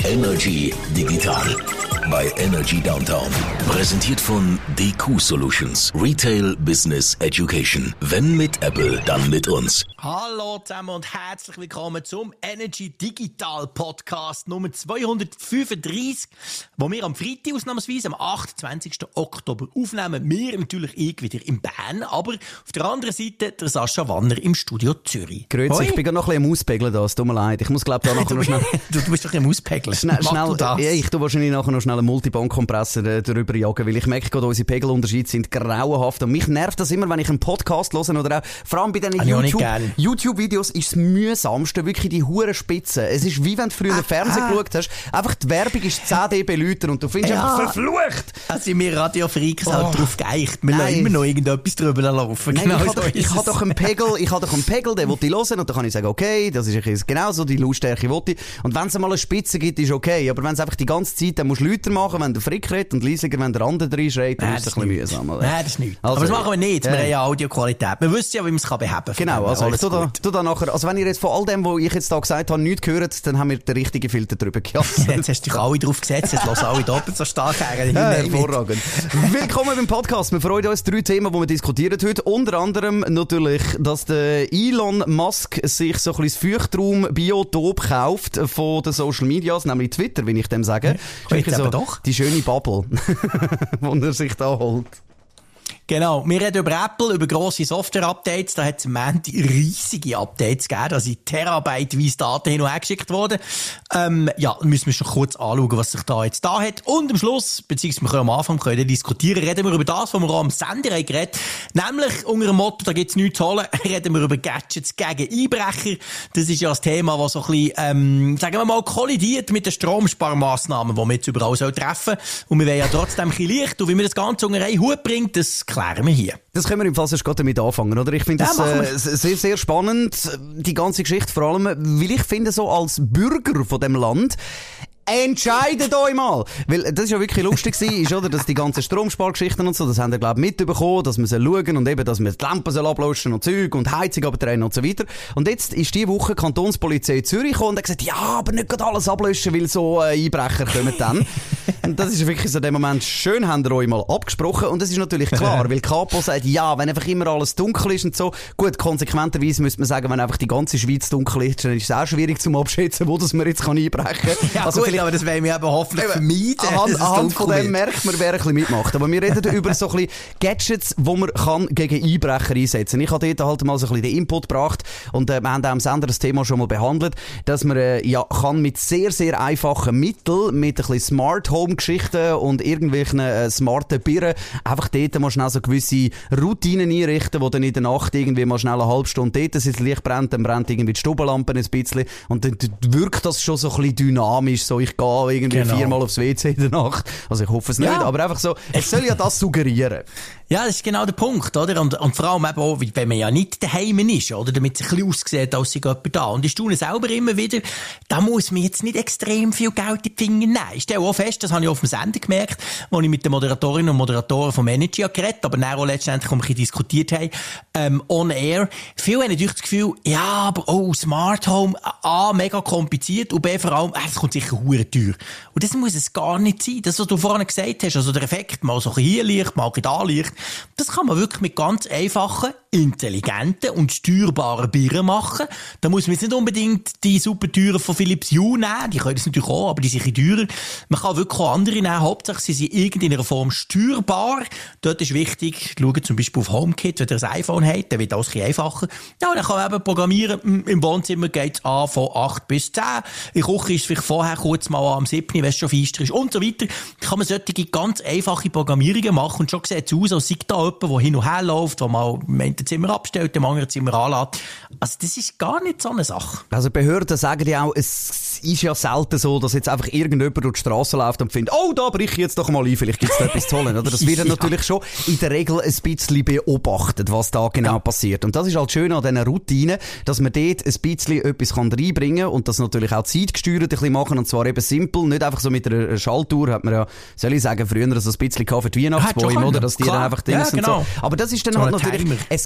Energy Digital bei Energy Downtown. Präsentiert von DQ Solutions. Retail Business Education. Wenn mit Apple, dann mit uns. Hallo zusammen und herzlich willkommen zum Energy Digital Podcast Nummer 235, wo wir am Freitag ausnahmsweise am 28. Oktober aufnehmen. Wir natürlich wieder in Bern, aber auf der anderen Seite der Sascha Wanner im Studio Zürich. Grüezi, ich bin gerade noch ein bisschen am Auspegeln da, es tut mir leid. Ich muss glaube da nachher noch schnell... Du bist doch ein Auspegeln. Schnell, ja, ich tue wahrscheinlich nachher noch schnell einen Multiband-Kompressor darüber jagen, weil ich merke gerade, unsere Pegelunterschiede sind grauenhaft und mich nervt das immer, wenn ich einen Podcast höre oder auch, vor allem bei diesen YouTube-Videos ist das mühsamste, wirklich die Hurenspitzen. Es ist wie wenn du früher Fernsehen geschaut hast, einfach die Werbung ist 10 dB lauter und du findest einfach verflucht. Da sind wir Radio-Freaks halt drauf geeicht. Wir lassen immer noch irgendetwas drüber laufen. Nein, genau ich habe doch einen Pegel, den will ich hören und dann kann ich sagen, okay, das ist genauso die Lautstärke, die ich. Und wenn es mal eine Spitze gibt, ist okay. Aber wenn es einfach die ganze Zeit, dann musst du lauter machen, wenn der Frick redet und leiser, wenn der andere reinschreit, dann ist es ein bisschen mühsam. Oder? Nein, das ist nichts. Also, aber das machen wir nicht. Wir haben ja Audioqualität. Wir wissen ja, wie man es beheben kann. Genau, also ich tu da nachher, also wenn ihr jetzt von all dem, was ich jetzt da gesagt habe, nichts gehört, dann haben wir den richtigen Filter drüber gejasst. Jetzt hast du dich alle drauf gesetzt, jetzt lassen alle doppelt so stark her. Ja, hervorragend. Willkommen beim Podcast. Wir freuen uns 3 Themen, die wir diskutieren heute. Unter anderem natürlich, dass der Elon Musk sich so ein bisschen das Feuchtraum-Biotop kauft von den Social Medias, nämlich Twitter, wie ich dem sage. So doch. Die schöne Bubble, die er sich da holt. Genau. Wir reden über Apple, über grosse Software-Updates. Da hat es im Moment riesige Updates gegeben. Da sind terabyteweise Daten hin und her geschickt worden. Ja, müssen wir schon kurz anschauen, was sich da jetzt da hat. Und am Schluss, beziehungsweise wir können am Anfang diskutieren, reden wir über das, was wir auch am Sender haben geredet. Nämlich unter dem Motto, da gibt's nichts zu holen, reden wir über Gadgets gegen Einbrecher. Das ist ja das Thema, das so ein bisschen, sagen wir mal, kollidiert mit den Stromsparmaßnahmen, die wir jetzt überall treffen sollen. Und wir wollen ja trotzdem ein bisschen Licht. Und wie man das Ganze unter einen Hut bringt, das klären wir hier. Das können wir im Fall sonst gerade damit anfangen, oder? Ich finde das sehr, sehr spannend, die ganze Geschichte, vor allem, weil ich finde, so als Bürger von dem Land, entscheidet euch mal! Weil das ist ja wirklich lustig ist, oder? Dass die ganzen Stromspargeschichten und so, das haben wir, glaube ich, mitbekommen, dass wir schauen und eben, dass wir die Lampen ablöschen und Zeug und Heizung abtrennen und so weiter. Und jetzt ist diese Woche die Kantonspolizei Zürich gekommen und hat gesagt, ja, aber nicht gerade alles ablöschen, weil so Einbrecher kommen dann. Und das ist wirklich so in dem Moment schön, habt ihr euch mal abgesprochen. Und das ist natürlich klar, weil Capo sagt, ja, wenn einfach immer alles dunkel ist und so. Gut, konsequenterweise müsste man sagen, wenn einfach die ganze Schweiz dunkel ist, dann ist es auch schwierig zum Abschätzen, wo das man jetzt einbrechen kann. Ja, also gut, aber das wollen wir eben hoffentlich vermeiden. Anhand von dem merkt man, wer ein bisschen mitmacht. Aber wir reden über so ein bisschen Gadgets, die man kann gegen Einbrecher einsetzen kann. Ich habe dort halt mal so ein bisschen den Input gebracht und wir haben auch am Sender das Thema schon mal behandelt, dass man kann mit sehr, sehr einfachen Mitteln, mit ein bisschen Smart Home Geschichten und irgendwelchen smarten Birnen einfach dort mal schnell so gewisse Routinen einrichten, wo dann in der Nacht irgendwie mal schnell eine halbe Stunde dort das Licht brennt, dann brennt irgendwie die Stubenlampe ein bisschen und dann wirkt das schon so ein bisschen dynamisch, so ich gehe irgendwie 4-mal aufs WC in der Nacht. Also ich hoffe es nicht, aber einfach so, es soll ja das suggerieren. Ja, das ist genau der Punkt, oder? Und vor allem eben auch, wenn man ja nicht daheim ist, oder? Damit es ein bisschen aussieht, als sei jemand da. Und ich staune selber immer wieder, da muss man jetzt nicht extrem viel Geld in die Finger nehmen. Ich stelle auch fest, das habe ich auf dem Sender gemerkt, wo ich mit den Moderatorinnen und Moderatoren vom Energy geredet, aber dann auch letztendlich ein bisschen diskutiert haben, on air. Viele haben natürlich das Gefühl, ja, aber Smart Home, A, mega kompliziert und B, vor allem, es kommt sicher hure teuer. Und das muss es gar nicht sein. Das, was du vorhin gesagt hast, also der Effekt, mal so ein hier Licht, mal ein da Licht, das kann man wirklich mit ganz einfachen, intelligenten und steuerbaren Birnen machen. Da muss man jetzt nicht unbedingt die super teuren von Philips Hue nehmen, die können das natürlich auch, aber die sind ein bisschen teurer. Man kann wirklich auch andere nehmen, Hauptsache sie sind in irgendeiner Form steuerbar. Dort ist wichtig, schauen zum Beispiel auf HomeKit, wenn ihr ein iPhone habt, dann wird alles ein bisschen einfacher. Ja, dann kann man eben programmieren, im Wohnzimmer geht es an von 8 bis 10, in der Küche ist es vielleicht vorher kurz mal am 7, wenn es schon feister ist und so weiter. Dann kann man solche ganz einfache Programmierungen machen und schon sieht es aus, als sei da jemand, der hin und her läuft, der mal im einen Zimmer abstellt, im anderen Zimmer anlässt. Also das ist gar nicht so eine Sache. Also Behörden sagen ja auch, es ist ja selten so, dass jetzt einfach irgendjemand durch die Straße läuft und findet, oh, da brich ich jetzt doch mal ein, vielleicht gibt es da etwas zu holen. Oder? Das wird natürlich schon in der Regel ein bisschen beobachtet, was da genau passiert. Und das ist halt schön an diesen Routinen, dass man dort ein bisschen etwas reinbringen kann und das natürlich auch zeitgesteuert ein bisschen machen und zwar eben simpel, nicht einfach so mit einer Schaltuhr, hat man ja, soll ich sagen, früher so ein bisschen für die Weihnachtsbäume, oder? Dass die dann einfach Dings und so. Aber das ist dann halt natürlich, es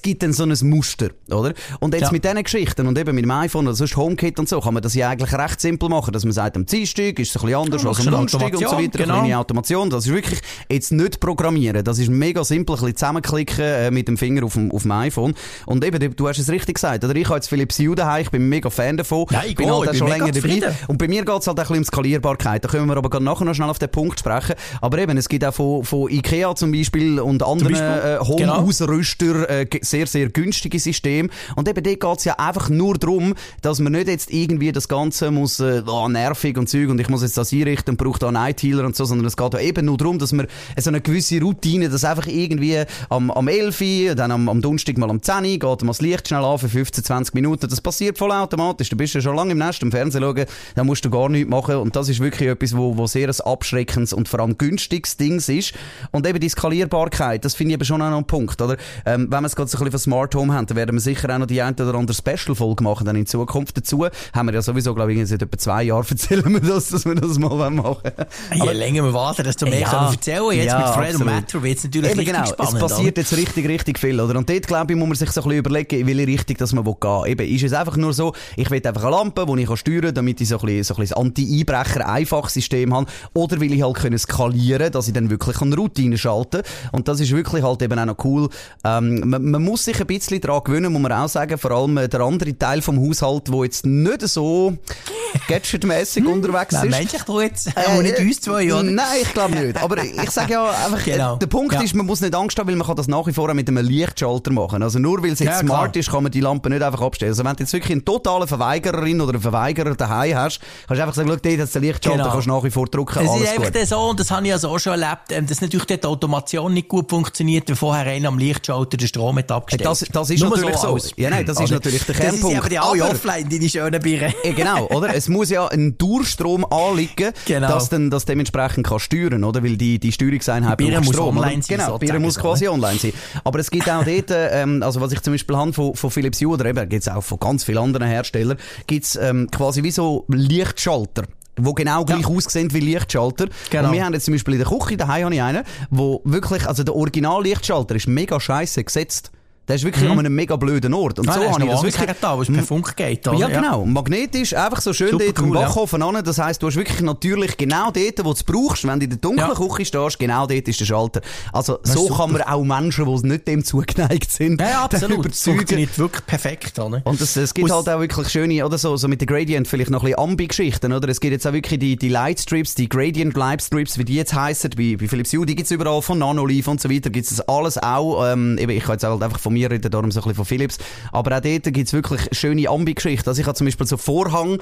gibt dann so ein Muster, oder? Und jetzt mit diesen Geschichten und eben mit dem iPhone oder sonst HomeKit und so, kann man das ja eigentlich recht simpel machen, dass man sagt, am Dienstag ist es ein bisschen anders als am Donnerstag und so weiter, eine kleine Automation. Das ist wirklich jetzt nicht programmieren, das ist mega simpel, ein bisschen zusammenklicken mit dem Finger auf dem iPhone. Und eben, du hast es richtig gesagt, oder? Ich habe jetzt Philips Hue daheim, ich bin mega Fan davon. Ja, ich bin halt schon länger dabei. Und bei mir geht es halt ein bisschen um Skalierbarkeit. Da können wir aber nachher noch schnell auf den Punkt sprechen. Aber eben, es gibt auch von IKEA zum Beispiel und anderen Home-Ausrüster sehr, sehr günstige Systeme. Und eben dort geht es ja einfach nur darum, dass man nicht jetzt irgendwie das Ganze muss, nervig und Zeug und ich muss jetzt das einrichten und brauche da einen IT-Healer und so, sondern es geht ja eben nur darum, dass man so eine gewisse Routine, dass einfach irgendwie am 11 Uhr, dann am Donnerstag mal am 10 Uhr, geht mal das Licht schnell an für 15, 20 Minuten. Das passiert voll automatisch. Du bist ja schon lange im Nest am Fernsehen schauen, dann musst du gar nichts machen. Und das ist wirklich etwas, wo sehr ein abschreckendes und vor allem günstiges Ding ist. Und eben die Skalierbarkeit, das finde ich eben schon auch noch ein Punkt, oder? Wenn wir es gerade so ein bisschen von Smart Home haben, dann werden wir sicher auch noch die eine oder andere Special-Folge machen dann in Zukunft dazu. Haben wir ja sowieso, glaube ich, seit etwa 2 Jahren erzählen wir das, dass wir das mal machen wollen. Je länger wir warten, desto mehr können wir erzählen. Jetzt mit Fred und Metro wird es natürlich richtig spannend. Es passiert jetzt richtig viel, oder? Und dort, glaube ich, muss man sich so ein bisschen überlegen, in welche Richtung dass man gehen will. Eben, ist es einfach nur so, ich will einfach eine Lampe, die ich steuern kann, damit ich so ein bisschen Anti-Einbrecher, Einfachsystem habe, oder will ich halt können skalieren, dass ich dann wirklich eine Routine schalten kann. Und das ist wirklich halt eben auch noch cool. Man muss sich ein bisschen daran gewöhnen, muss man auch sagen, vor allem der andere Teil vom Haushalt, der jetzt nicht so gadgetmässig unterwegs ist. Meinst du jetzt? Nicht uns zwei, oder? Nein, ich glaube nicht. Aber ich sage ja einfach, der Punkt ist, man muss nicht Angst haben, weil man kann das nach wie vor mit einem Lichtschalter machen. Also nur weil es jetzt smart ist, kann man die Lampe nicht einfach abstellen. Also wenn du jetzt wirklich einen totalen Verweigererin oder einen Verweigerer daheim hast, kannst du einfach sagen, schau, dort hat der Lichtschalter, kannst du nach wie vor drücken, alles gut. Das ist einfach so, und das habe ich also auch schon erlebt, dass natürlich dort die Automation nicht gut funktioniert, weil vorher einer am Lichtschalter den Strom hat abgestellt. Das ist nur natürlich so. Ja, nein, das ist natürlich der Kernpunkt. Das ist aber die alle offline, deine schönen Bieren. Genau, oder? Es muss ja ein Durchstrom anliegen, dass dann das dementsprechend kann steuern, oder? Weil die Steuerungseinheit braucht Strom. Online sein, genau, Bier muss quasi online sein. Aber es gibt auch dort, also was ich zum Beispiel habe von Philips Hue, oder eben gibt's auch von ganz vielen anderen Herstellern, gibt's quasi wie so Lichtschalter, die genau gleich aussehen wie Lichtschalter. Genau. Und wir haben jetzt zum Beispiel in der Küche, daheim habe ich einen, wo wirklich, also der Original-Lichtschalter ist mega scheisse gesetzt. Der ist wirklich an einem mega blöden Ort. Und so habe ich das wirklich da, wo es per Funk geht. Oder? Ja, genau. Magnetisch, einfach so schön super dort cool, im Backofen an. Das heisst, du hast wirklich natürlich genau dort, wo du es brauchst, wenn du in der dunklen Küche stehst, genau dort ist der Schalter. Also so kann man auch Menschen, die nicht dem zugeneigt sind, absolut. Das funktioniert wirklich perfekt. Oder? Und es gibt halt auch wirklich schöne, oder so mit der Gradient vielleicht noch ein bisschen Ambi-Geschichten, oder? Es gibt jetzt auch wirklich die Lightstrips, die Gradient Lightstrips, wie die jetzt heissen, bei Philips Hue, die gibt's überall, von Nanolive und so weiter, gibt's das alles auch. Ich kann jetzt halt einfach von mir reden, darum so ein bisschen von Philips. Aber auch dort gibt's wirklich schöne Ambi-Geschichten. Also ich habe zum Beispiel so Vorhang,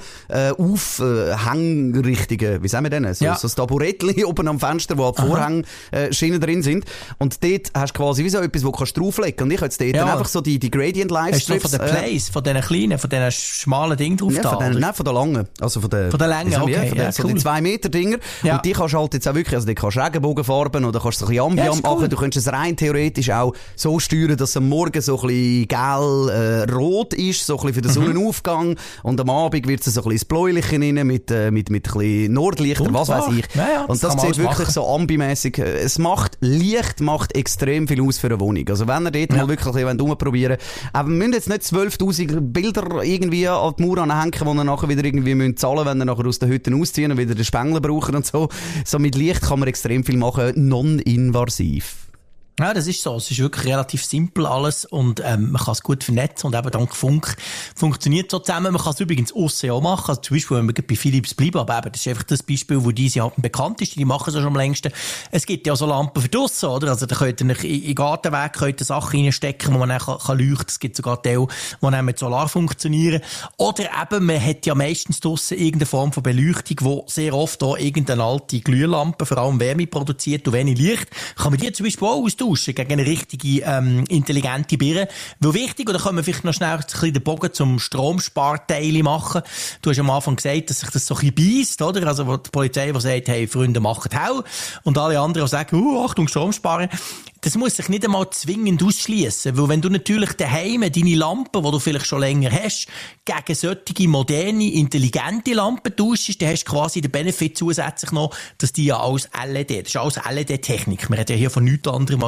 Aufhängrichtungen, wie sagen wir denn? So ein Taburettchen oben am Fenster, wo halt Vorhängschienen drin sind. Und dort hast du quasi wie so etwas, wo du drauflegen kannst. Und ich habe jetzt dort dann einfach so die Gradient Lightstrips. Hast du von den Plays, von diesen kleinen, von diesen schmalen Dingen drauf da? Nein, von der langen. Also von der Länge, okay. So die 2 Meter Dinger. Ja. Und die kannst du halt jetzt auch wirklich, also die kannst du Regenbogenfarben oder kannst du ein bisschen Ambient machen. Du könntest es rein theoretisch auch so steuern, dass es am Morgen so ein bisschen gel-rot ist, so ein bisschen für den Sonnenaufgang. Und am Abend wird es so ein bisschen ins Bläuliche rein, mit ein bisschen Nordlichter, was weiß ich. Ja, und das sieht wirklich so ambimäßig. Licht macht extrem viel aus für eine Wohnung. Also wenn ihr dort mal wirklich rumprobieren wollt, aber wir müssen jetzt nicht 12.000 Bilder irgendwie an die Mauer anhängen, die ihr nachher wieder irgendwie zahlen müsst, wenn ihr nachher aus den Hütten ausziehen und wieder den Spengler brauchen und so. So mit Licht kann man extrem viel machen, non-invasiv. Ja, das ist so. Es ist wirklich relativ simpel alles und man kann es gut vernetzen und eben dank Funk funktioniert so zusammen. Man kann es übrigens aussen auch machen. Also zum Beispiel, wenn wir bei Philips bleiben, aber eben, das ist einfach das Beispiel, wo diese halt bekannt ist. Die machen es schon am längsten. Es gibt ja so Lampen für draussen, oder? Also da könnt ihr in den Gartenweg Sachen reinstecken, wo man dann kann leuchten. Es gibt sogar Teile, die dann mit Solar funktionieren. Oder eben, man hat ja meistens draussen irgendeine Form von Beleuchtung, wo sehr oft auch irgendeine alte Glühlampe, vor allem Wärme produziert und wenig Licht. Kann man die zum Beispiel auch austauschen gegen eine richtige, intelligente Birne. Weil wichtig, oder können wir vielleicht noch schnell ein bisschen den Bogen zum Stromsparteil machen. Du hast am Anfang gesagt, dass sich das so ein bisschen beisst, oder? Also, wo die Polizei, die sagt, hey, Freunde, macht hell. Und alle anderen, die sagen, Achtung, Strom sparen. Das muss sich nicht einmal zwingend ausschliessen, weil wenn du natürlich daheim deine Lampen, die du vielleicht schon länger hast, gegen solche moderne, intelligente Lampen tauschst, dann hast du quasi den Benefit zusätzlich noch, dass die ja alles LED, das ist alles LED-Technik. Wir reden ja hier von nichts anderem als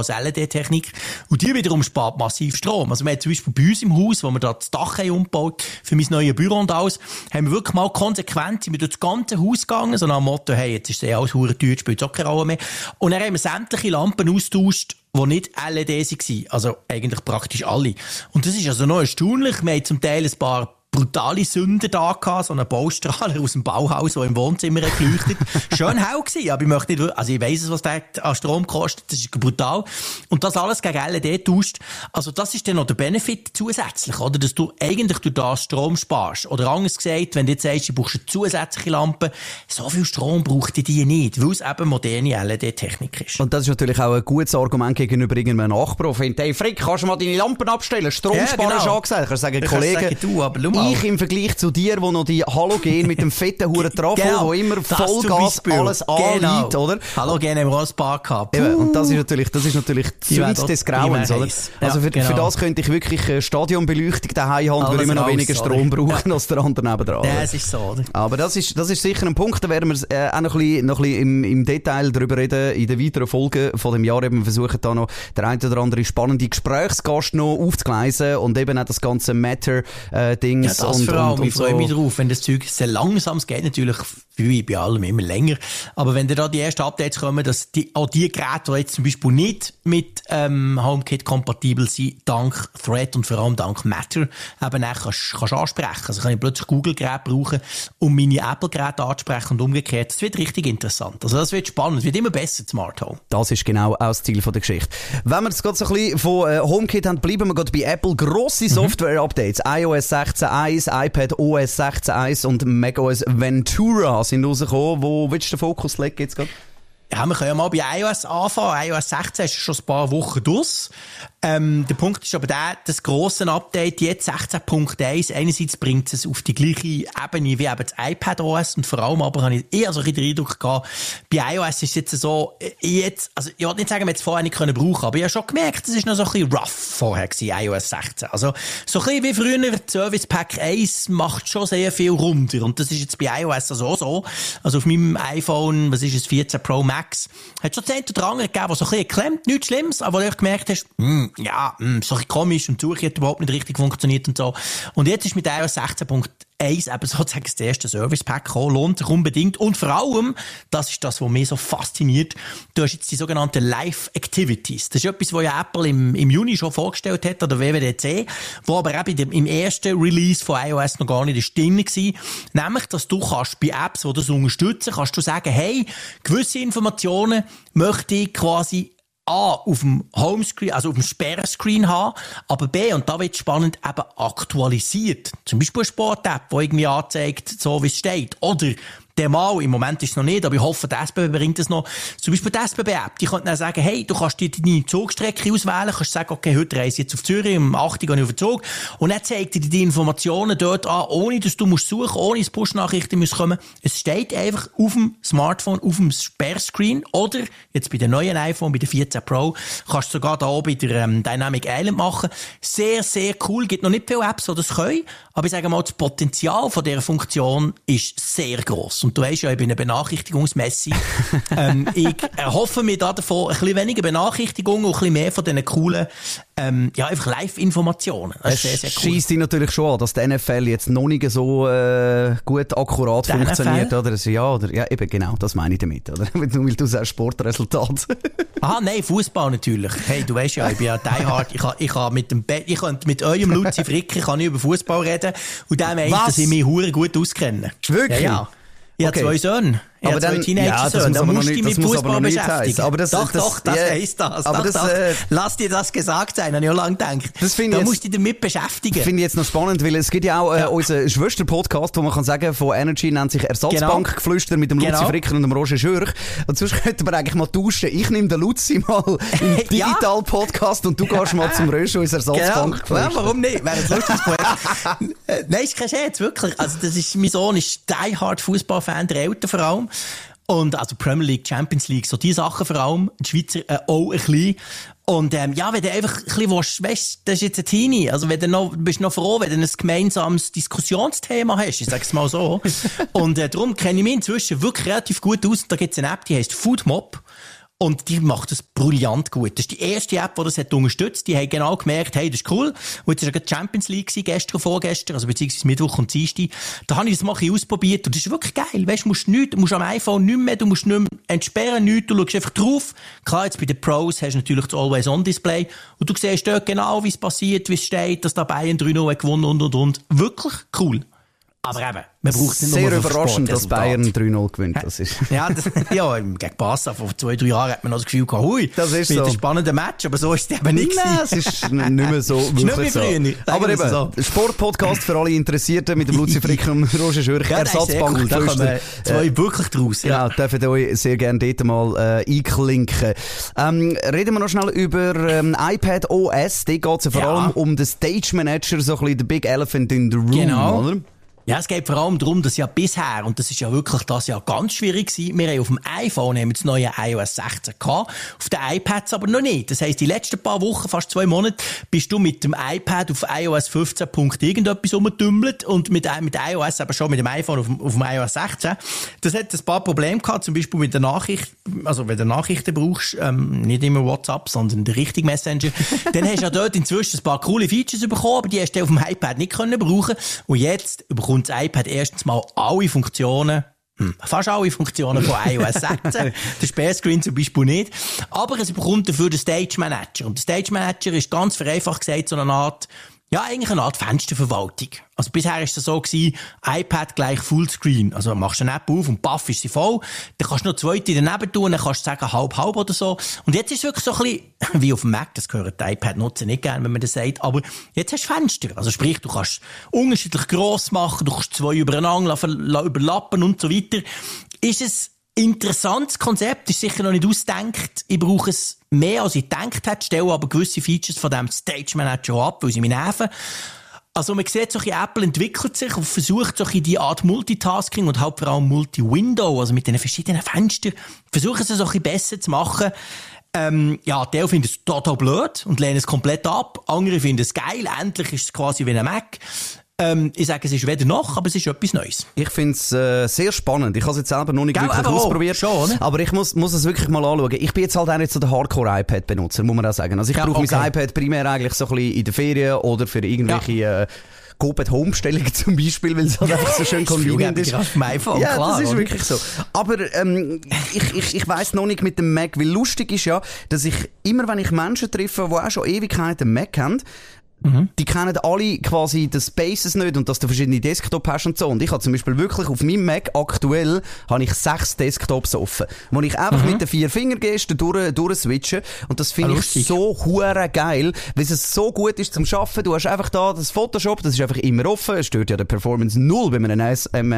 als LED-Technik. Und die wiederum spart massiv Strom. Also wir haben zum Beispiel bei uns im Haus, wo wir da das Dach haben umgebaut, für mein neues Büro und alles, haben wir wirklich mal konsequent, sind wir durch das ganze Haus gegangen, so nach dem Motto, hey, jetzt ist alles verdammt teuer, spielt auch keine Rolle mehr. Und dann haben wir sämtliche Lampen austauscht, die nicht LED waren. Also eigentlich praktisch alle. Und das ist also noch erstaunlich. Wir haben zum Teil ein paar brutale Sünder da gehabt, so einen Baustrahler aus dem Bauhaus, der im Wohnzimmer geleuchtet. Schön hell gewesen, aber ich möchte nicht, also ich weiss, was der an Strom kostet, das ist brutal. Und das alles gegen LED tauscht. Also das ist dann noch der Benefit zusätzlich, oder? Dass du eigentlich durch das Strom sparst. Oder anders gesagt, wenn du jetzt sagst, du brauchst eine zusätzliche Lampe, so viel Strom braucht die nicht, weil es eben moderne LED-Technik ist. Und das ist natürlich auch ein gutes Argument gegenüber irgendeinem Nachbar. Findet, hey Frick, kannst du mal deine Lampen abstellen? Strom sparen ist angesagt. Ich kann sagen, Kollege, du, aber schau mal. Ich im Vergleich zu dir, wo noch die Halogen mit dem fetten Huren Trafo, wo immer Vollgas alles anliegt, oder? Halogen haben wir auch ein paar gehabt. Eben, und das ist natürlich das Süß des Grauens, oder? Also für das könnte ich wirklich Stadionbeleuchtung daheim haben, würde immer noch weniger Strom brauchen als der andere nebendran. Ja, es ist so, oder? Aber das ist sicher ein Punkt, da werden wir auch noch ein bisschen im Detail darüber reden, in den weiteren Folgen von dem Jahr. Eben versuchen da noch der ein oder andere spannende Gesprächsgast noch aufzugleisen und eben auch das ganze Matter-Ding. Ja, das vor allem. Ich freue mich drauf, wenn das Zeug sehr langsam geht, natürlich wie bei allem immer länger. Aber wenn da die ersten Updates kommen, dass auch die Geräte, die jetzt zum Beispiel nicht mit HomeKit kompatibel sind, dank Thread und vor allem dank Matter, eben auch kannst ansprechen. Also kann ich plötzlich Google-Geräte brauchen, um meine Apple-Geräte anzusprechen und umgekehrt. Das wird richtig interessant. Also das wird spannend. Es wird immer besser, Smart Home. Das ist genau auch das Ziel der Geschichte. Wenn wir jetzt gerade so ein bisschen von HomeKit haben, bleiben wir gerade bei Apple. Grosse Software-Updates. iOS 16.1, iPad OS 16.1 und macOS Ventura sind rausgekommen. Wo willst du den Fokus legen jetzt gerade? Ja, wir können ja mal bei iOS anfangen. iOS 16 ist schon ein paar Wochen draus. Der Punkt ist aber das grosse Update jetzt 16.1. Einerseits bringt es auf die gleiche Ebene wie eben das iPad OS und vor allem aber habe ich eher so ein bisschen den Eindruck gehabt, bei iOS ist es jetzt so, also ich wollte nicht sagen, wir hätten es vorher nicht brauchen können, aber ich habe schon gemerkt, es ist noch so ein bisschen rough vorher gewesen, iOS 16. Also so ein bisschen wie früher, Service Pack 1 macht schon sehr viel runter und das ist jetzt bei iOS also auch so. Also auf meinem iPhone, was ist es, 14 Pro Max, hat schon 10 oder andere gegeben, was so ein bisschen geklemmt, nichts Schlimmes, aber wo du gemerkt hast, so ein bisschen komisch und die Suche hat überhaupt nicht richtig funktioniert und so. Und jetzt ist mit iOS 16.1 eben sozusagen das erste Service Pack gekommen, lohnt sich unbedingt. Und vor allem, das ist das, was mich so fasziniert, du hast jetzt die sogenannten Live Activities. Das ist etwas, was ja Apple im Juni schon vorgestellt hat, an der WWDC, wo aber eben im ersten Release von iOS noch gar nicht drin war. Nämlich, dass du kannst bei Apps, die das unterstützen, kannst du sagen, hey, gewisse Informationen möchte ich quasi A, auf dem Homescreen, also auf dem Sperrscreen haben, aber B, und da wird spannend, eben aktualisiert. Zum Beispiel eine Sport-App, die irgendwie anzeigt, so wie es steht. Oder der Mal, im Moment ist es noch nicht, aber ich hoffe, die SBB bringt es noch. Zum Beispiel die SBB-App, die könnte dann sagen, hey, du kannst dir deine Zugstrecke auswählen, kannst sagen, okay, heute reise ich jetzt auf Zürich, um 8 Uhr gehe ich auf den Zug. Und dann zeigt dir die Informationen dort an, ohne dass du musst suchen, ohne dass Push-Nachrichten müssen kommen. Es steht einfach auf dem Smartphone, auf dem Sperrscreen. Oder, jetzt bei den neuen iPhone, bei der 14 Pro, kannst du sogar da oben bei der Dynamic Island machen. Sehr, sehr cool. Gibt noch nicht viele Apps, die das können. Aber ich sage mal, das Potenzial von dieser Funktion ist sehr gross. Und du weisst ja, ich bin eine Benachrichtigungsmessi. Ich hoffe mir da davon ein bisschen weniger Benachrichtigungen und ein bisschen mehr von diesen coolen, einfach Live-Informationen. Das ist sehr, sehr cool. Scheisst dich natürlich schon an, dass die NFL jetzt noch nicht so gut akkurat funktioniert, oder? Also, ja, eben genau, das meine ich damit, oder? Weil du sagst Sportresultat. Nein, Fußball natürlich. Hey, du weisst ja, ich bin ja die Hard. Ich könnte mit eurem Luzi Fricker kann ich über Fußball reden und der meint, dass ich mich hure gut auskenne. Wirklich? Ja. Ich habe 2 Söhne. Ich habe 2 Teenager-Söhne. Da musst du dich mit Fußball beschäftigen. Aber das heisst das. Aber lass dir das gesagt sein, habe ich auch lange gedacht. Da musst du dich damit beschäftigen. Finde ich jetzt noch spannend, weil es gibt ja auch unseren Schwester-Podcast, wo man kann sagen, von Energy nennt sich Ersatzbankgeflüster mit dem Luzi Fricker und dem Roger Schürch. Und sonst könnten wir eigentlich mal tauschen. Ich nehme den Luzi mal im Digital-Podcast und du gehst mal zum Rösch ins Ersatzbankgeflüster. Ja, warum nicht? Wäre ein lustiges Projekt. Nein, ist kein Scherz, wirklich. Also mein Sohn ist die Hard Fußballfan, der Eltern vor allem. Und also Premier League, Champions League, so die Sachen vor allem, die Schweizer auch ein bisschen. Und wenn du einfach ein bisschen weißt, das ist jetzt ein Teenie, also bist du noch froh, wenn du ein gemeinsames Diskussionsthema hast, ich sag's mal so. Und darum kenne ich mich inzwischen wirklich relativ gut aus. Da gibt's eine App, die heisst Foodmob. Und die macht das brillant gut. Das ist die erste App, die das hat unterstützt. Die haben genau gemerkt, hey, das ist cool. Und jetzt war ja Champions League gestern, vorgestern, also beziehungsweise Mittwoch und Dienstag. Da habe ich das mal ausprobiert und das ist wirklich geil. Weißt, du musst am iPhone nicht mehr, du musst nicht mehr entsperren, nichts, du schaust einfach drauf. Klar, jetzt bei den Pros hast du natürlich das Always-On-Display und du siehst dort genau, wie es passiert, wie es steht, dass da Bayern 3-0 gewonnen und. Wirklich cool. Aber eben, man braucht es nicht sehr nur überraschend, dass Bayern 3-0 gewinnt. Das ist. Ja, gegen Barca vor 2-3 Jahren hat man noch das Gefühl gehabt, hui, das ist wird so ein spannender Match, aber so ist es eben nicht. Nein, es ist nicht mehr so wirklich so. Aber eben, so. Sportpodcast für alle Interessierten mit dem Luzi Frick und Roger Schürch, ja, Ersatzbank. Cool. Da kommen zwei wirklich draus. Ja, dürft ihr euch sehr gerne dort mal einklinken. Reden wir noch schnell über iPad OS. Dort geht es ja vor allem um den Stage Manager, so ein bisschen der Big Elephant in the Room, genau. oder? Ja, es geht vor allem darum, dass ja bisher, und das ist ja wirklich das ja ganz schwierig gewesen, wir haben auf dem iPhone das neue iOS 16 gehabt, auf den iPads aber noch nicht. Das heisst, die letzten paar Wochen, fast 2 Monate, bist du mit dem iPad auf iOS 15. irgendetwas rumgetümmelt und mit iOS aber schon mit dem iPhone auf dem iOS 16. Das hat ein paar Probleme gehabt, zum Beispiel mit der Nachricht, also wenn du Nachrichten brauchst, nicht immer WhatsApp, sondern den richtigen Messenger, dann hast du ja dort inzwischen ein paar coole Features bekommen, aber die hast du auf dem iPad nicht können brauchen. Und jetzt bekommst das iPad erstens mal alle Funktionen, fast alle Funktionen von iOS 16. Der Sperrscreen zum Beispiel nicht. Aber es bekommt dafür den Stage Manager. Und der Stage Manager ist ganz vereinfacht gesagt so eine Art, ja, eigentlich eine Art Fensterverwaltung. Also bisher war es so gewesen, iPad gleich Fullscreen. Also machst du eine App auf und paff ist sie voll. Dann kannst du noch 2 daneben tun, dann kannst du sagen halb oder so. Und jetzt ist es wirklich so ein bisschen, wie auf dem Mac, das gehört die iPad-Nutzer nicht gerne, wenn man das sagt, aber jetzt hast du Fenster. Also sprich, du kannst unterschiedlich gross machen, du kannst 2 übereinander überlappen und so weiter. Ist es interessantes Konzept, ist sicher noch nicht ausgedacht. Ich brauche es mehr, als ich gedacht hätte, stelle aber gewisse Features von dem Stage Manager ab, weil sie mich nerven. Also man sieht, so Apple entwickelt sich und versucht so die Art Multitasking und halt vor allem Multi-Window, also mit den verschiedenen Fenstern, versuchen sie so ein besser zu machen. Ja, der findet es total blöd und lehnt es komplett ab. Andere finden es geil. Endlich ist es quasi wie ein Mac. Ich sage, es ist weder noch, aber es ist etwas Neues. Ich finde es sehr spannend. Ich habe es jetzt selber noch nicht wirklich ausprobiert. Schon, ne? Aber ich muss es wirklich mal anschauen. Ich bin jetzt halt auch nicht so der Hardcore-iPad-Benutzer, muss man auch sagen. Also ich brauche mein iPad primär eigentlich so ein bisschen in der Ferien oder für irgendwelche Go-At-Home-Stellungen zum Beispiel, weil es halt einfach so schön convenient ist. Auf dem iPhone, ja, klar, das ist oder? wirklich so. Aber ich weiss noch nicht mit dem Mac, weil lustig ist ja, dass ich immer, wenn ich Menschen treffe, die auch schon Ewigkeiten Mac haben, die kennen alle quasi die Spaces nicht und dass du verschiedene Desktops hast und so. Und ich habe zum Beispiel wirklich auf meinem Mac aktuell habe ich 6 Desktops offen, wo ich einfach mit den 4 Fingergesten durchswitchen. Und das finde ich so hure geil, weil es so gut ist zum Arbeiten. Du hast einfach da das Photoshop, das ist einfach immer offen. Es stört ja der Performance null bei einem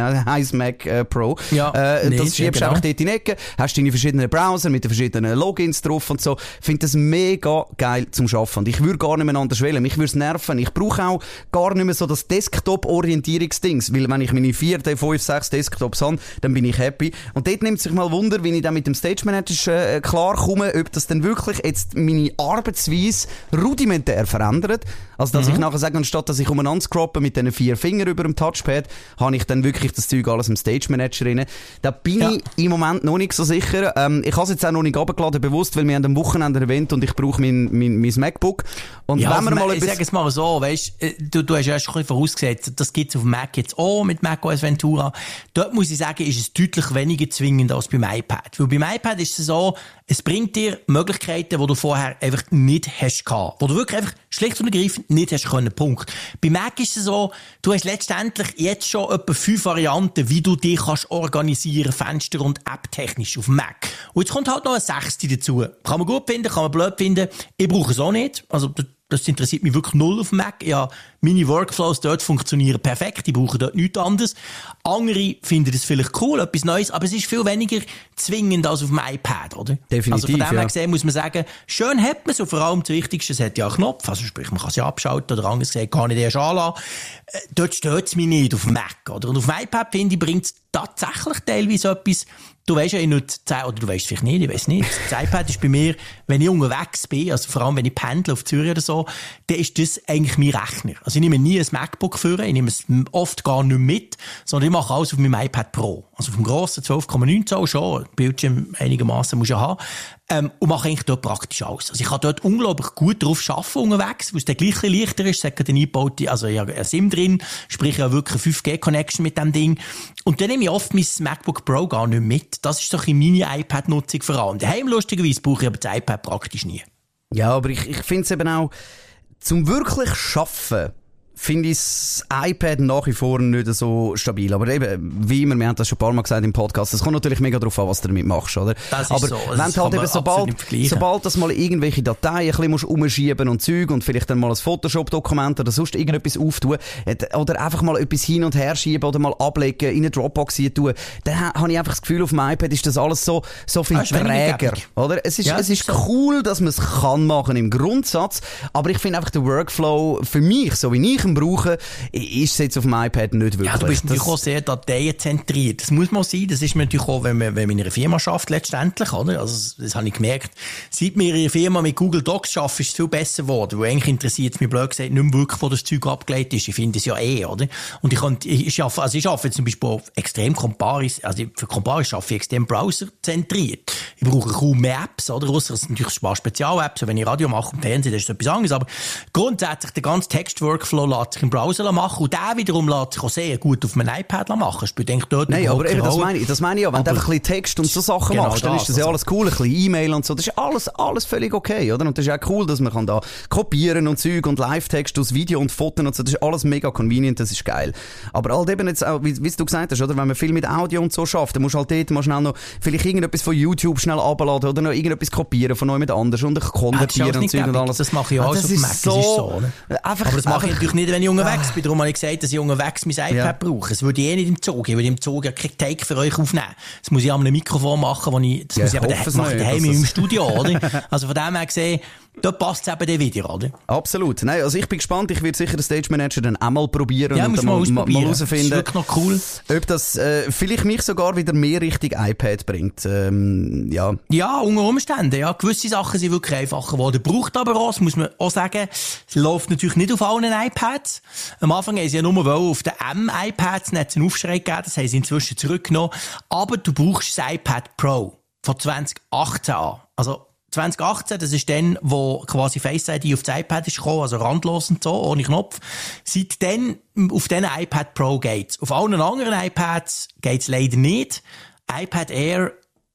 iMac Pro. Ja, das schiebst du einfach dort in die Ecke, hast deine verschiedenen Browser mit den verschiedenen Logins drauf und so. Ich finde das mega geil zum Arbeiten. Und ich würde gar nicht mehr anders wählen. Mich würde es nerven. Ich brauche auch gar nicht mehr so das Desktop-Orientierungsdings, weil wenn ich meine 4, 5, 6 Desktops habe, dann bin ich happy. Und dort nimmt sich mal Wunder, wie ich dann mit dem Stage Manager klarkomme, ob das dann wirklich jetzt meine Arbeitsweise rudimentär verändert. Also, dass ich nachher sage, anstatt dass ich umeinander scroppe mit diesen 4 Fingern über dem Touchpad, habe ich dann wirklich das Zeug alles im Stage Manager drin. Da bin ich im Moment noch nicht so sicher. Ich habe es jetzt auch noch nicht runtergeladen, bewusst, weil wir haben am Wochenende ein Event und ich brauche mein MacBook. Und ja, wenn wir mal ich sage es mal so, weißt, du hast ja schon ein bisschen vorausgesetzt, das gibt es auf dem Mac jetzt auch mit macOS Ventura. Dort muss ich sagen, ist es deutlich weniger zwingend als beim iPad. Weil beim iPad ist es so, es bringt dir Möglichkeiten, die du vorher einfach nicht hast gehabt. Wo du wirklich einfach schlicht und ergreifend nicht hast können. Punkt. Bei Mac ist es so, du hast letztendlich jetzt schon etwa 5 Varianten, wie du dich kannst organisieren, Fenster- und App-technisch auf dem Mac. Und jetzt kommt halt noch eine 6. dazu. Kann man gut finden, kann man blöd finden. Ich brauche es auch nicht. Also, das interessiert mich wirklich null auf dem Mac. Ja, meine Workflows dort funktionieren perfekt. Ich brauche dort nichts anderes. Andere finden das vielleicht cool, etwas Neues, aber es ist viel weniger zwingend als auf dem iPad, oder? Definitiv, also von dem her gesehen muss man sagen, schön hat man es und vor allem das Wichtigste, es hat ja einen Knopf, also sprich, man kann es ja abschalten oder anders gesagt, kann ich erst anlassen. Dort stört es mich nicht auf dem Mac, oder? Und auf dem iPad, finde ich, bringt es tatsächlich teilweise etwas. Du weisst ja, oder du weisst vielleicht nicht, ich weiss nicht. Das iPad ist bei mir, wenn ich unterwegs bin, also vor allem wenn ich pendle auf Zürich oder so, dann ist das eigentlich mein Rechner. Also ich nehme nie ein MacBook für, ich nehme es oft gar nicht mit, sondern ich mache alles auf meinem iPad Pro. Also auf dem grossen 12,9 Zoll schon, Bildschirm einigermaßen muss ich haben. Und mache eigentlich dort praktisch alles. Also ich kann dort unglaublich gut drauf arbeiten unterwegs, weil es dann gleich leichter ist. Es hat eine eingebaute, also ich habe eine SIM drin, sprich ja wirklich eine 5G-Connection mit dem Ding. Und dann nehme ich oft mein MacBook Pro gar nicht mit. Das ist doch in meine iPad-Nutzung vor allem. Daheim lustigerweise brauche ich aber das iPad praktisch nie. Ja, aber ich finde es eben auch, zum wirklich Schaffen, finde ich das iPad nach wie vor nicht so stabil. Aber eben, wie immer, wir haben das schon ein paar Mal gesagt im Podcast, es kommt natürlich mega drauf an, was du damit machst, oder? Das aber ist so. wenn du halt eben sobald das mal irgendwelche Dateien ein bisschen umschieben und Zeug und vielleicht dann mal ein Photoshop-Dokument oder sonst irgendetwas auftun oder einfach mal etwas hin und her schieben oder mal ablegen, in eine Dropbox hier tun, dann habe ich einfach das Gefühl, auf dem iPad ist das alles so viel träger, oder? Es ist so cool, dass man es kann machen im Grundsatz, aber ich finde einfach der Workflow für mich, so wie ich brauchen, ist es jetzt auf dem iPad nicht wirklich. Ja, du bist natürlich auch sehr dateienzentriert. Das muss man sein. Das ist mir natürlich auch, wenn man in einer Firma arbeitet, letztendlich, oder? Also, das habe ich gemerkt. Seit wir in einer Firma mit Google Docs arbeiten, ist es viel besser geworden. Weil eigentlich interessiert es mich, blöd gesagt, nicht mehr wirklich, wo das Zeug abgelegt ist. Ich finde es ja oder? Und ich arbeite zum Beispiel extrem Comparis, also für Comparis arbeite ich extrem browserzentriert. Ich brauche kaum mehr Apps, oder? Ausser es sind natürlich ein paar Spezial-Apps. Wenn ich Radio mache und Fernsehen, das ist etwas anderes. Aber grundsätzlich, der ganze Text-Workflow lässt sich im Browser machen und der wiederum lässt sich auch sehr gut auf einem iPad machen. Spielt eigentlich dort Nein, aber eben, das meine ich ja. Wenn du einfach ein bisschen Text und so Sachen machst, dann ist das ja alles cool. Ein bisschen E-Mail und so. Das ist alles völlig okay, oder? Und das ist auch cool, dass man kann da kopieren und Zeug und Live-Text aus Video und Fotos und so. Das ist alles mega convenient, das ist geil. Aber halt eben jetzt auch, wie du gesagt hast, oder? Wenn man viel mit Audio und so schafft, dann musst du halt dort mal schnell noch vielleicht irgendetwas von YouTube schnell abladen oder noch irgendetwas kopieren von jemand anders und konvertieren und Zeug und alles. Das mache ich auch auf dem Mac, das ist so, oder? Aber das mache ich natürlich nicht, wenn ich unterwegs bin. Darum habe ich gesagt, dass ich unterwegs mein iPad brauche. Das würde ich nicht im Zug. Ich würde im Zug ja keinen Take für euch aufnehmen. Das muss ich an einem Mikrofon machen, das muss ich aber daheim in meinem Studio, oder? Also von dem her gesehen, da passt es eben dann wieder, oder? Absolut. Nein, also ich bin gespannt. Ich werde sicher den Stage Manager dann auch mal probieren und dann mal herausfinden. Das ist wirklich noch cool. Ob das vielleicht mich sogar wieder mehr Richtung iPad bringt. Ja. Ja, unter Umständen. Ja. Gewisse Sachen sind wirklich einfacher geworden. Braucht aber auch, das muss man auch sagen, es läuft natürlich nicht auf allen iPads. Am Anfang haben sie ja nur auf den M-iPads einen Aufschrei gegeben. Das haben sie inzwischen zurückgenommen. Aber du brauchst das iPad Pro von 2018 an. Also 2018, das ist dann, wo quasi Face ID auf das iPad ist gekommen, also randlos und so, ohne Knopf. Seitdem auf diesen iPad Pro geht's. Auf allen anderen iPads geht's leider nicht. iPad Air,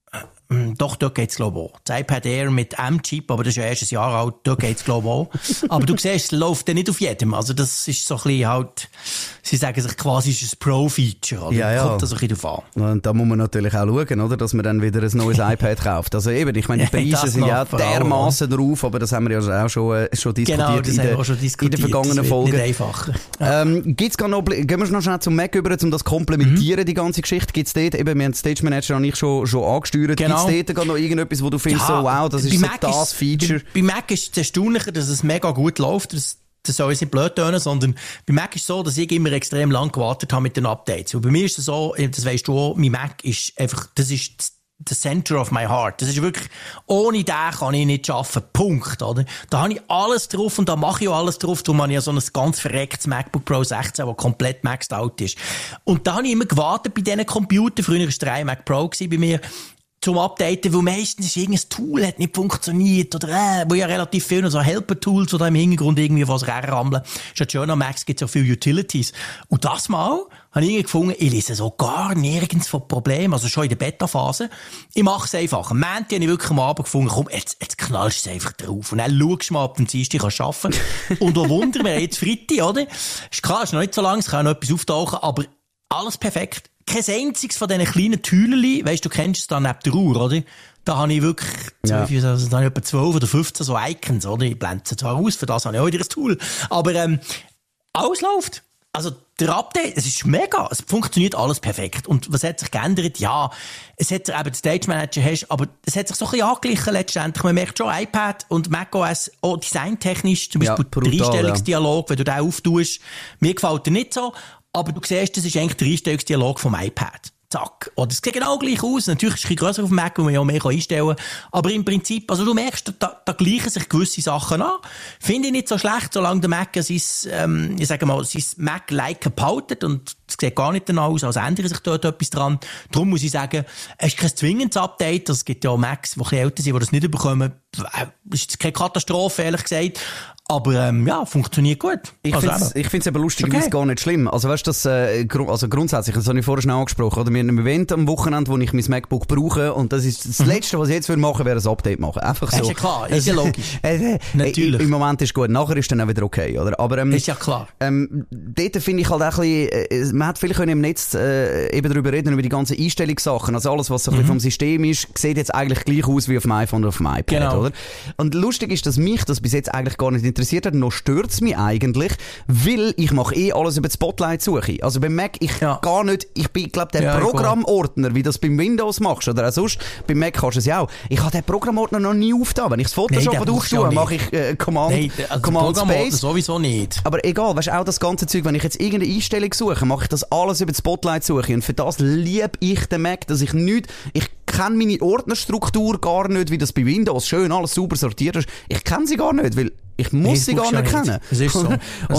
doch, dort geht's glaube ich auch. Das iPad Air mit M-Chip, aber das ist ja erst ein Jahr alt, dort geht's glaube ich auch. Aber du siehst, es läuft dann nicht auf jedem. Also das ist so ein bisschen halt, sie sagen sich quasi, es ist ein Pro-Feature. Oder? Ja. Kommt das ein bisschen drauf an. Und da muss man natürlich auch schauen, oder? Dass man dann wieder ein neues iPad kauft. Also eben, ich meine, die Preise sind ja dermassen drauf, aber das haben wir ja auch schon diskutiert, genau, das haben wir auch schon diskutiert in den vergangenen Folgen. Nicht einfacher. Gibt's gar noch, gehen wir noch schnell zum Mac über, um das komplementieren, die ganze Geschichte. Gibt's dort, eben, wir haben Stage Manager und ich schon angesteuert. Genau. Gibt's dort noch irgendetwas, wo du findest, so, wow, das ist so das Feature? Bei Mac ist es erstaunlicher, dass es mega gut läuft. Das soll jetzt nicht blöd tönen, sondern bei Mac ist es so, dass ich immer extrem lang gewartet habe mit den Updates. Und bei mir ist es so, das weisst du auch, mein Mac ist einfach, das ist the center of my heart. Das ist wirklich, ohne den kann ich nicht arbeiten. Punkt, oder? Da habe ich alles drauf und da mache ich auch alles drauf. Darum habe ich ja so ein ganz verrecktes MacBook Pro 16, das komplett maxed out ist. Und da habe ich immer gewartet bei diesen Computern. Früher war es der iMac Pro bei mir. Zum Updaten, weil meistens ist irgendein Tool hat nicht funktioniert oder wo ja relativ viele so Helper-Tools, die da im Hintergrund irgendwie was rammeln. Statt schon am Max gibt es auch viele Utilities. Und das Mal habe ich irgendwie gefunden, ich lese so gar nirgends von Problemen, also schon in der Beta-Phase. Ich mache es einfach. Am Montag habe ich wirklich am Abend gefunden, komm, jetzt knallst du es einfach drauf. Und dann schaust du mal, ob du am Dienstag arbeiten kannst. Und oh Wunder, wir haben jetzt Freitag, oder? Ist klar, ist noch nicht so lang, es kann noch etwas auftauchen, aber alles perfekt. Kein einziges von diesen kleinen Türchen, weisst du, kennst es da neben der Uhr, oder? Da habe ich wirklich, da habe ich etwa 12 oder 15 so Icons, oder? Ich blende sie zwar aus, für das habe ich auch wieder ein Tool. Aber, alles läuft. Also, der Update, es ist mega. Es funktioniert alles perfekt. Und was hat sich geändert? Ja, es hat eben den Stage Manager hast, aber es hat sich so ein bisschen angeglichen letztendlich. Man merkt schon, iPad und macOS, auch designtechnisch, zum Beispiel der Einstellungsdialog, wenn du den auftust, mir gefällt er nicht so. Aber du siehst, das ist eigentlich der Einstellungsdialog vom iPad. zack. Oder es sieht genau gleich aus. Natürlich ist es ein bisschen grösser auf dem Mac, wo man ja mehr einstellen kann. Aber im Prinzip, also du merkst, da gleichen sich gewisse Sachen an. Finde ich nicht so schlecht, solange der Mac sein Mac-like behaltet. Und es sieht gar nicht danach aus, als ändere sich dort etwas dran. Darum muss ich sagen, es ist kein zwingendes Update. Es gibt ja auch Macs, die ein bisschen älter sind, die das nicht bekommen. Das ist keine Katastrophe, ehrlich gesagt. Aber funktioniert gut. Ich finde es aber lustigerweise gar nicht schlimm. Also weißt du, also grundsätzlich, das habe ich vorher schon angesprochen, oder? Wir haben ein Event am Wochenende, wo ich mein MacBook brauche und das ist das Letzte, was ich jetzt machen würde, wäre ein Update machen. Einfach so. Das ist ja klar, ist ja logisch. Natürlich. Im Moment ist gut, nachher ist dann auch wieder okay, oder? Aber ist ja klar. Dort finde ich halt auch ein bisschen, man hätte vielleicht im Netz eben darüber reden, über die ganzen Einstellungssachen, also alles, was so ein bisschen vom System ist, sieht jetzt eigentlich gleich aus wie auf dem iPhone oder auf dem iPad, genau. Oder? Und lustig ist, dass mich das bis jetzt eigentlich gar nicht interessiert hat, noch stört's mich eigentlich, weil ich mache alles über die Spotlight-Suche. Also beim Mac, gar nicht, ich bin, glaube der Programmordner, wie das beim Windows machst, oder auch sonst, beim Mac kannst du es ja auch. Ich habe den Programmordner noch nie aufgetan. Wenn ich das Photoshop auftue, mache ich Command Space. Sowieso nicht. Aber egal, weißt du, auch das ganze Zeug, wenn ich jetzt irgendeine Einstellung suche, mache ich das alles über die Spotlight-Suche. Und für das liebe ich den Mac, dass ich kenne meine Ordnerstruktur gar nicht, wie das bei Windows schön alles sauber sortiert ist. Ich kenne sie gar nicht, weil ich muss sie gar nicht kennen. Das ist so.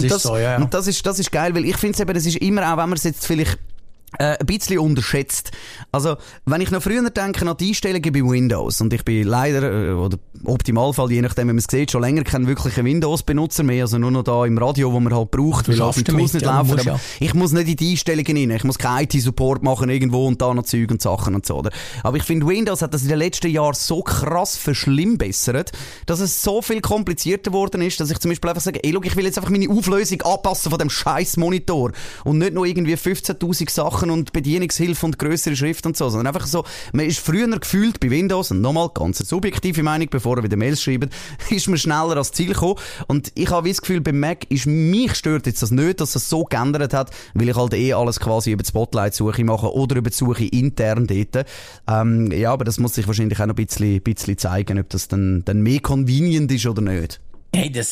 Und das ist geil, weil ich finde es eben, das ist immer, auch wenn man es jetzt vielleicht ein bisschen unterschätzt. Also, wenn ich noch früher denke an die Einstellungen bei Windows, und ich bin leider, oder Optimalfall, je nachdem, wie man es sieht, schon länger kein wirklicher Windows-Benutzer mehr, also nur noch da im Radio, wo man halt braucht, weil auf dem Tools nicht laufen. Aber ich muss nicht in die Einstellungen rein, ich muss keinen IT-Support machen irgendwo und da noch Zeug und Sachen und so, oder? Aber ich finde, Windows hat das in den letzten Jahren so krass verschlimmbessert, dass es so viel komplizierter geworden ist, dass ich zum Beispiel einfach sage, ey, look, ich will jetzt einfach meine Auflösung anpassen von dem scheiß Monitor und nicht noch irgendwie 15.000 Sachen und Bedienungshilfe und grössere Schrift und so, sondern einfach so, man ist früher gefühlt bei Windows, und nochmal ganz eine subjektive Meinung, bevor ihr wieder Mails schreibt, ist man schneller ans Ziel gekommen. Und ich habe das Gefühl, beim Mac mich stört jetzt das nicht, dass es so geändert hat, weil ich halt alles quasi über die Spotlight-Suche mache oder über die Suche intern dort. Aber das muss sich wahrscheinlich auch noch ein bisschen zeigen, ob das dann mehr convenient ist oder nicht. Hey, ich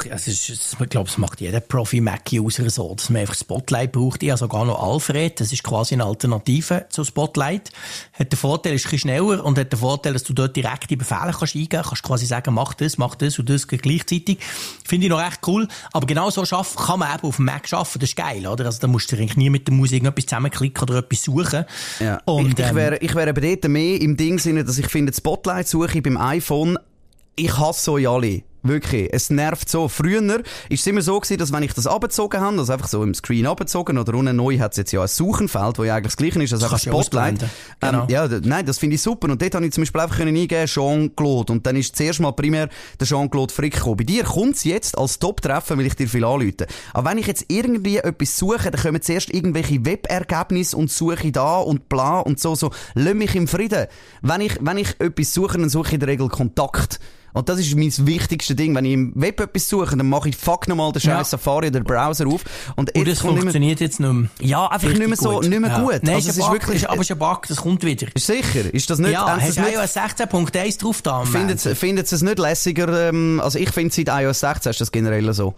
glaube, es macht jeder Profi-Mac-User so, dass man einfach Spotlight braucht. Ich habe sogar noch Alfred, das ist quasi eine Alternative zu Spotlight. Hat den Vorteil, ist ein bisschen schneller und hat den Vorteil, dass du dort direkt die Befehle kannst eingeben kannst quasi sagen, mach das und das gleichzeitig. Finde ich noch recht cool. Aber genau so kann man eben auf dem Mac arbeiten, das ist geil, oder? Also da musst du eigentlich nie mit der Musik etwas zusammenklicken oder etwas suchen. Ja. Und ich wäre aber dort mehr im Ding Sinne, dass ich finde, die Spotlight-Suche beim iPhone, ich hasse so alle. Wirklich, es nervt so. Früher ist es immer so gewesen, dass wenn ich das abgezogen habe, also einfach so im Screen abgezogen, oder unten neu hat es jetzt ja ein Suchenfeld, wo ja eigentlich das Gleiche ist, also einfach Spotlight. Genau. Nein, das finde ich super. Und dort habe ich zum Beispiel einfach eingeben, Jean-Claude. Und dann ist zuerst mal primär der Jean-Claude Frick gekommen. Bei dir kommt es jetzt als Top-Treffen, weil ich dir viel anrufe. Aber wenn ich jetzt irgendwie etwas suche, dann kommen zuerst irgendwelche Webergebnisse und suche da und bla und so. Lass mich im Frieden. Wenn ich etwas suche, dann suche ich in der Regel Kontakt. Und das ist mein wichtigste Ding. Wenn ich im Web etwas suche, dann mache ich nochmal den scheiß Safari oder den Browser auf. Und das funktioniert jetzt nicht mehr. Ja, einfach nicht mehr gut. Nein, also es ist wirklich, aber es ist ein Bug, das kommt wieder. Ist sicher? Ist das nicht? Ja, hast du iOS 16.1 drauf da? Findet es nicht lässiger? Also ich finde seit iOS 16 ist das generell so.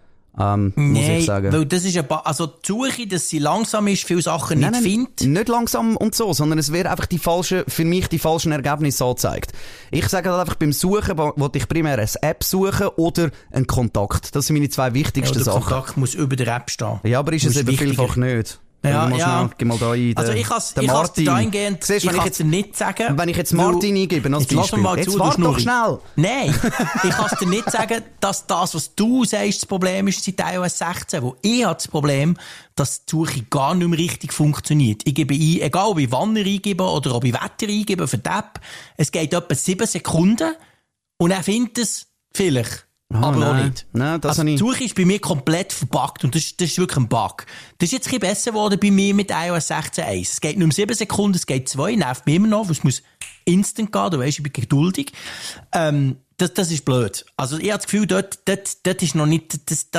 Muss ich sagen. Weil das ist also die Suche, dass sie langsam ist, viele Sachen nicht findet. Nicht langsam und so, sondern es wird einfach für mich die falschen Ergebnisse angezeigt. Ich sage halt einfach, beim Suchen wollte ich primär eine App suchen oder einen Kontakt. Das sind meine zwei wichtigsten Sachen. Der Kontakt muss über der App stehen. Ja, aber ist es eben vielfach nicht. Ja. Geh mal da ein. Also ich kann dahingehend, ich kann es dir nicht sagen. Wenn ich jetzt Martin eingebe als Beispiel. Jetzt warte doch schnell. Nein, ich kann es dir nicht sagen, dass das, was du sagst, das Problem ist seit iOS 16. Wo ich habe das Problem, dass die Suche gar nicht mehr richtig funktioniert. Ich gebe ein, egal ob ich Wanne eingebe oder ob ich Wetter eingebe für die App, es geht etwa 7 Sekunden und er findet es vielleicht. Aber auch nicht. Nein, das also die Suche ist bei mir komplett verbuggt und das ist wirklich ein Bug. Das ist jetzt ein bisschen besser geworden bei mir mit iOS 16.1. Es geht nicht um 7 Sekunden, es geht 2, nervt mich immer noch, weil es muss instant gehen, du weisst, ich bin geduldig. Das ist blöd. Also ich habe das Gefühl, dort ist noch nicht,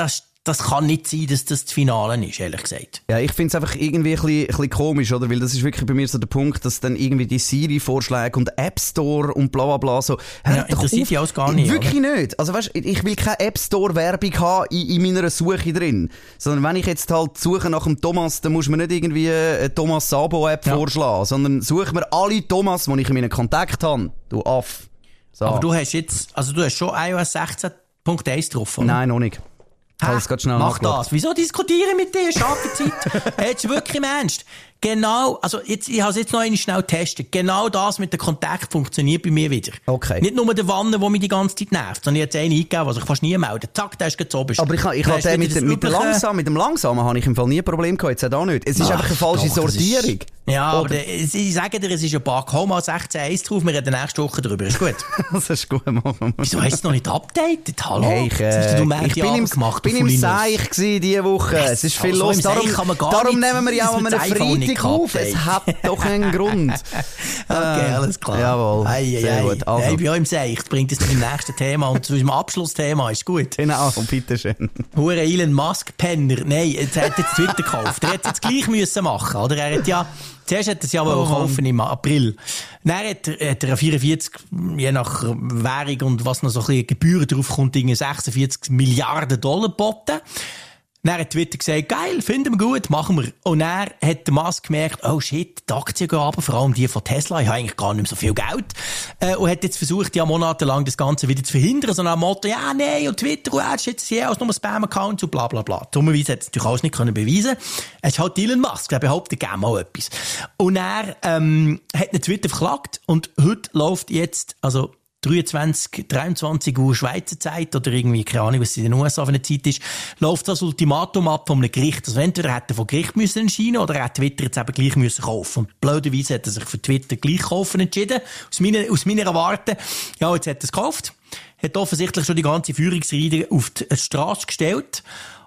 das kann nicht sein, dass das Finale ist, ehrlich gesagt. Ja, ich finde es einfach irgendwie ein bisschen komisch, oder? Weil das ist wirklich bei mir so der Punkt, dass dann irgendwie die Siri-Vorschläge und App Store und bla bla bla so... Ja, interessiert dich alles gar nicht, wirklich oder? nicht. Also weißt, ich will keine App Store-Werbung haben in meiner Suche drin. Sondern wenn ich jetzt halt suche nach dem Thomas, dann muss man nicht irgendwie eine Thomas Sabo-App vorschlagen, sondern suche mir alle Thomas, die ich in meinen Kontakt habe. Du Aff. So. Aber du hast schon iOS 16.1 drauf, oder? Nein, noch nicht. Mach das. Wieso diskutieren mit dir? Scharfe Zeit. Hättest du wirklich im Ernst? Genau, also jetzt, ich habe es jetzt noch einmal schnell getestet. Genau das mit dem Kontakt funktioniert bei mir wieder. Okay. Nicht nur der Wanne, der mich die ganze Zeit nervt, sondern jetzt einen eingegeben, der sich fast nie meldet. Zack, der ist jetzt oben. Aber ich habe den mit dem Langsamen habe ich im Fall nie ein Problem gehabt. Jetzt auch nicht. Es ist einfach eine falsche Sortierung. Ja, aber ich sage dir, es ist ein Bug. Hol mal 16.1 drauf, wir reden nächste Woche drüber. Ist gut. Das ist gut, machen wir. Wieso hast du es noch nicht updated? Hallo? Hey, ich bin im Seich diese Woche. Es ist viel los. Darum nehmen wir ja auch am Freitag auf. Es hat doch einen Grund. Okay, alles klar. Jawohl. Sehr gut. Also. Ich bin auch im Seich. Das bringt es zum nächsten Thema und zu unserem Abschlussthema. Ist gut. Genau, bitteschön. Hure Elon Musk Penner. Nein, jetzt hat er Twitter gekauft. Er hätte es gleich müssen machen, oder? Er hat ja, zuerst hat er es ja kaufen im April. Dann hat er 44, je nach Währung und was noch so ein bisschen Gebühren drauf kommt, 46 Milliarden Dollar geboten. Dann hat Twitter gesagt, geil, finden wir gut, machen wir. Und dann hat der Musk gemerkt, oh shit, die Aktien gehen runter, vor allem die von Tesla, ich habe eigentlich gar nicht mehr so viel Geld. Und hat jetzt versucht, ja monatelang das Ganze wieder zu verhindern, so nach dem Motto, ja, nee, und Twitter, das ist jetzt hier alles nur Spam-Account und bla bla bla. Dummerweise hat es natürlich alles nicht beweisen können. Es ist halt Elon Musk, der behauptet gerne mal etwas. Und er hat einen Twitter verklagt und heute läuft jetzt, also 23 Uhr Schweizer Zeit oder irgendwie, keine Ahnung, was in den USA für eine Zeit ist, läuft das Ultimatum ab von einem Gericht. Also entweder hätte er von Gericht müssen entscheiden oder er hat Twitter jetzt eben gleich müssen kaufen. Und blöderweise hat er sich für Twitter gleich kaufen entschieden. Aus meiner Warte. Ja, jetzt hat er es gekauft. Hat offensichtlich schon die ganze Führungsriege auf die Straße gestellt.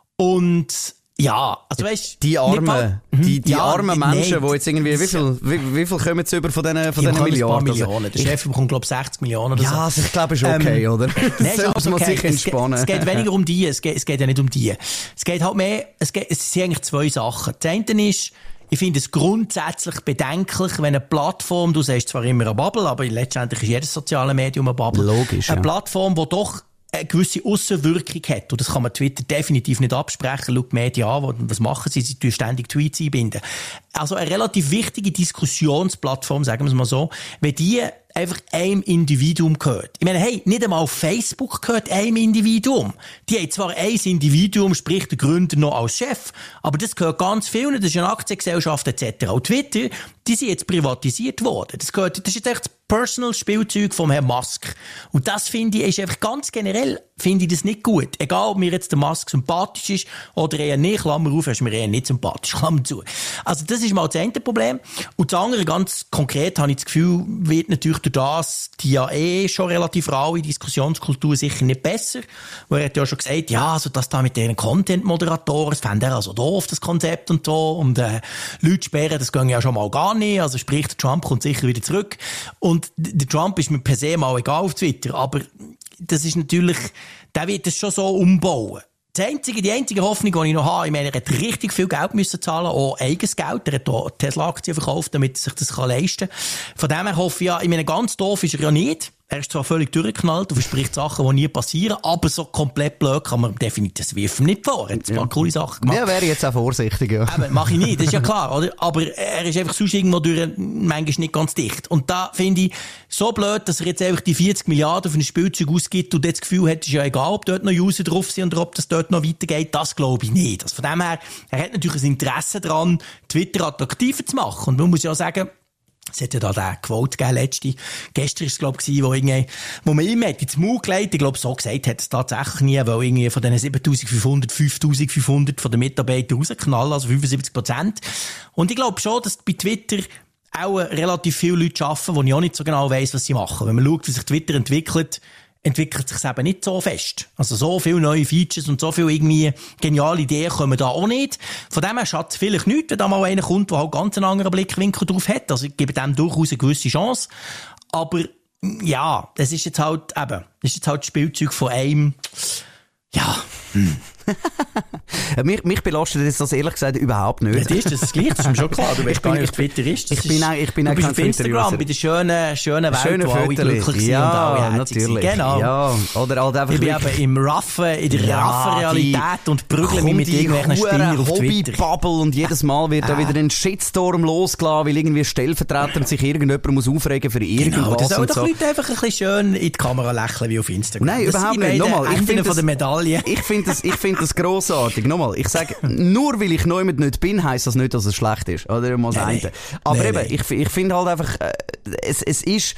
Und ja, also weißt die armen Menschen, die jetzt irgendwie, wie viel kommen jetzt über von diesen Milliarden? Der Chef bekommt, glaube ich, 60 Millionen oder so. Ja, also ich glaube, ist okay, oder? Das muss sich entspannen. Es geht weniger um die, es geht ja nicht um die. Es geht halt mehr, es sind eigentlich zwei Sachen. Das eine ist, ich finde es grundsätzlich bedenklich, wenn eine Plattform, du sagst zwar immer eine Bubble, aber letztendlich ist jedes soziale Medium eine Bubble. Logisch, eine Plattform, die doch eine gewisse Aussenwirkung hat. Und das kann man Twitter definitiv nicht absprechen. Schaut die Medien an, was machen sie? Sie tun ständig Tweets einbinden. Also eine relativ wichtige Diskussionsplattform, sagen wir es mal so, wenn die einfach einem Individuum gehört. Ich meine, hey, nicht einmal Facebook gehört einem Individuum. Die haben zwar ein Individuum, sprich der Gründer noch als Chef, aber das gehört ganz vielen, das ist eine Aktiengesellschaft etc. Auch Twitter, die sind jetzt privatisiert worden. Das ist jetzt echt das Personal-Spielzeug vom Herrn Musk. Und das finde ich, ist einfach ganz generell, finde ich das nicht gut. Egal, ob mir jetzt der Musk sympathisch ist oder eher nicht, Klammer auf, er ist mir eher nicht sympathisch, Klammer zu. Also das ist mal das eine Problem. Und das andere, ganz konkret, habe ich das Gefühl, wird natürlich durch das die ja schon relativ raue Diskussionskultur sicher nicht besser. Weil er hat ja schon gesagt, ja, also das da mit den Content-Moderatoren, das fände er also doof, das Konzept und so. Und Leute sperren, das ging ja schon mal gar nicht. Also sprich, der Trump kommt sicher wieder zurück. Und der Trump ist mir per se mal egal auf Twitter. Aber das ist natürlich, der wird das schon so umbauen. Die einzige Hoffnung, die ich noch habe, ich meine, er hat richtig viel Geld müssen zahlen, auch eigenes Geld. Er hat auch Tesla-Aktien verkauft, damit er sich das leisten kann. Von dem her hoffe ich ja, ich meine, ganz doof ist er ja nicht. Er ist zwar völlig durchgeknallt und verspricht Sachen, die nie passieren, aber so komplett blöd kann man definitiv nicht vor. Er hat ein paar coole Sachen gemacht. Ja, wäre jetzt auch vorsichtig, ja. Eben, mach ich nicht, das ist ja klar, oder? Aber er ist einfach sonst irgendwo manchmal nicht ganz dicht. Und da finde ich so blöd, dass er jetzt einfach die 40 Milliarden für ein Spielzeug ausgibt und das Gefühl hat, es ist ja egal, ob dort noch User drauf sind oder ob das dort noch weitergeht. Das glaube ich nicht. Also von dem her, er hat natürlich ein Interesse daran, Twitter attraktiver zu machen. Und man muss ja sagen, es hat ja da den Quote gegeben, gestern ist es, glaube ich, wo man ihm ins Maul gelegt, ich glaube, so gesagt hat es tatsächlich nie, weil irgendwie von diesen 7.500, 5.500 von den Mitarbeitern rausknallen, also 75%. Und ich glaube schon, dass bei Twitter auch relativ viele Leute arbeiten, die ich auch nicht so genau weiss, was sie machen. Wenn man schaut, wie sich Twitter entwickelt sich eben nicht so fest. Also so viele neue Features und so viele irgendwie geniale Ideen kommen da auch nicht. Von dem her schadet es vielleicht nichts, wenn da mal einer kommt, der halt ganz einen anderen Blickwinkel drauf hat. Also ich gebe dem durchaus eine gewisse Chance. Aber ja, das ist jetzt halt das Spielzeug von einem, ja, Mich belastet jetzt das ehrlich gesagt überhaupt nicht. Ja, ist das gleich, das ist mir schon klar. Du weißt gar nicht, was Twitter ist. Ich bin du bist auf Instagram bei der schönen Welt, wo alle glücklich sind und alle herzig sind. Genau. Ja, oder halt einfach ich bin eben in der raffen Realität und prügle mich mit irgendwelchen Spielern auf Twitter. Hobby-Bubble und jedes Mal wird da wieder ein Shitstorm losgelassen, weil irgendwie stellvertretend sich irgendjemand muss aufregen für irgendwas. Genau, das sollen und doch Leute einfach ein bisschen schön in die Kamera lächeln wie auf Instagram. Nein, das überhaupt nicht. Nochmal, ich finde der Medaille. Ich finde das grossartig. Nochmal, ich sage, nur weil ich neu nicht bin, heisst das nicht, dass es schlecht ist. Oder mal sagen. Aber eben, ich finde halt einfach, es ist,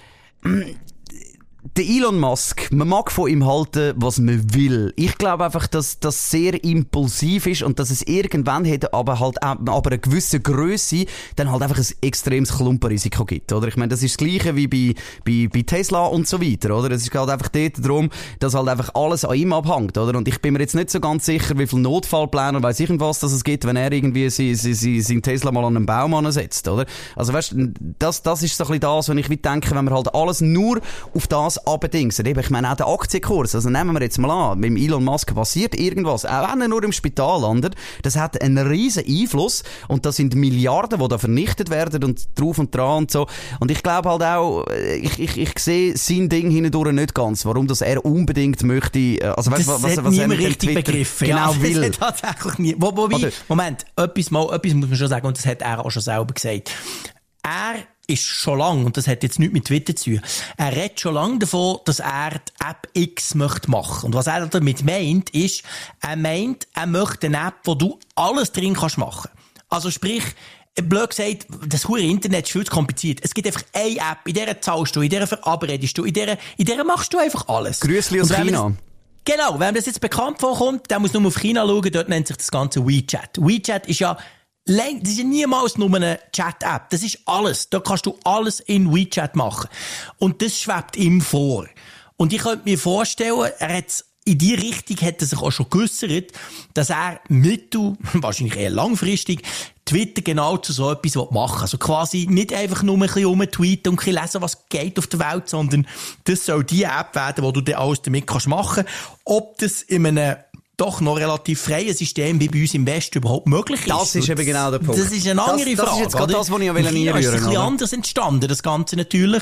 der Elon Musk, man mag von ihm halten, was man will. Ich glaube einfach, dass das sehr impulsiv ist und dass es irgendwann hätte aber halt aber eine gewisse Grösse dann halt einfach ein extremes Klumpenrisiko gibt, oder? Ich meine, das ist das Gleiche wie bei Tesla und so weiter, oder? Es ist halt einfach dort darum, dass halt einfach alles an ihm abhängt, oder? Und ich bin mir jetzt nicht so ganz sicher, wie viel Notfallpläne und weiss ich was, dass es gibt, wenn er irgendwie sein Tesla mal an einen Baum ansetzt, oder? Also weißt, das ist so ein bisschen das, was ich denke, wenn wir halt alles nur auf das abdingsen. Ich meine, auch der Aktienkurs, also nehmen wir jetzt mal an, mit Elon Musk passiert irgendwas, auch wenn er nur im Spital landet, das hat einen riesen Einfluss und das sind Milliarden, die da vernichtet werden und drauf und dran und so. Und ich glaube halt auch, ich sehe sein Ding hindurch nicht ganz, warum das er unbedingt möchte, also weißt, was er niemand richtig begriffen. Genau ja, will. Das hat tatsächlich nie. Wobei, Moment, etwas muss man schon sagen, und das hat er auch schon selber gesagt. Er ist schon lange, und das hat jetzt nichts mit Twitter zu tun, er redet schon lange davon, dass er die App X möchte machen. Und was er damit meint, ist, er möchte eine App, wo du alles drin kannst machen. Also sprich, blöd gesagt, das hure Internet ist viel zu kompliziert. Es gibt einfach eine App, in der zahlst du, in der verabredest du, in der machst du einfach alles. Grüßli aus China. Genau, wenn das jetzt bekannt vorkommt, dann muss nur auf China schauen, dort nennt sich das Ganze WeChat. WeChat ist ja das ist ja niemals nur eine Chat-App. Das ist alles. Da kannst du alles in WeChat machen. Und das schwebt ihm vor. Und ich könnte mir vorstellen, in die Richtung hat er sich auch schon geäussert, dass er wahrscheinlich eher langfristig, Twitter genau zu so etwas machen will. Also quasi nicht einfach nur ein bisschen rumtweeten und ein bisschen lesen, was geht auf der Welt, sondern das soll die App werden, wo du dann alles damit machen kannst. Ob das in einem doch noch relativ freie System wie bei uns im Westen überhaupt möglich ist. Das ist eben genau der Punkt. Das ist eine andere Frage. Das ist jetzt gerade das, was ich einrühren will. Das ist ein bisschen anders entstanden, das Ganze natürlich.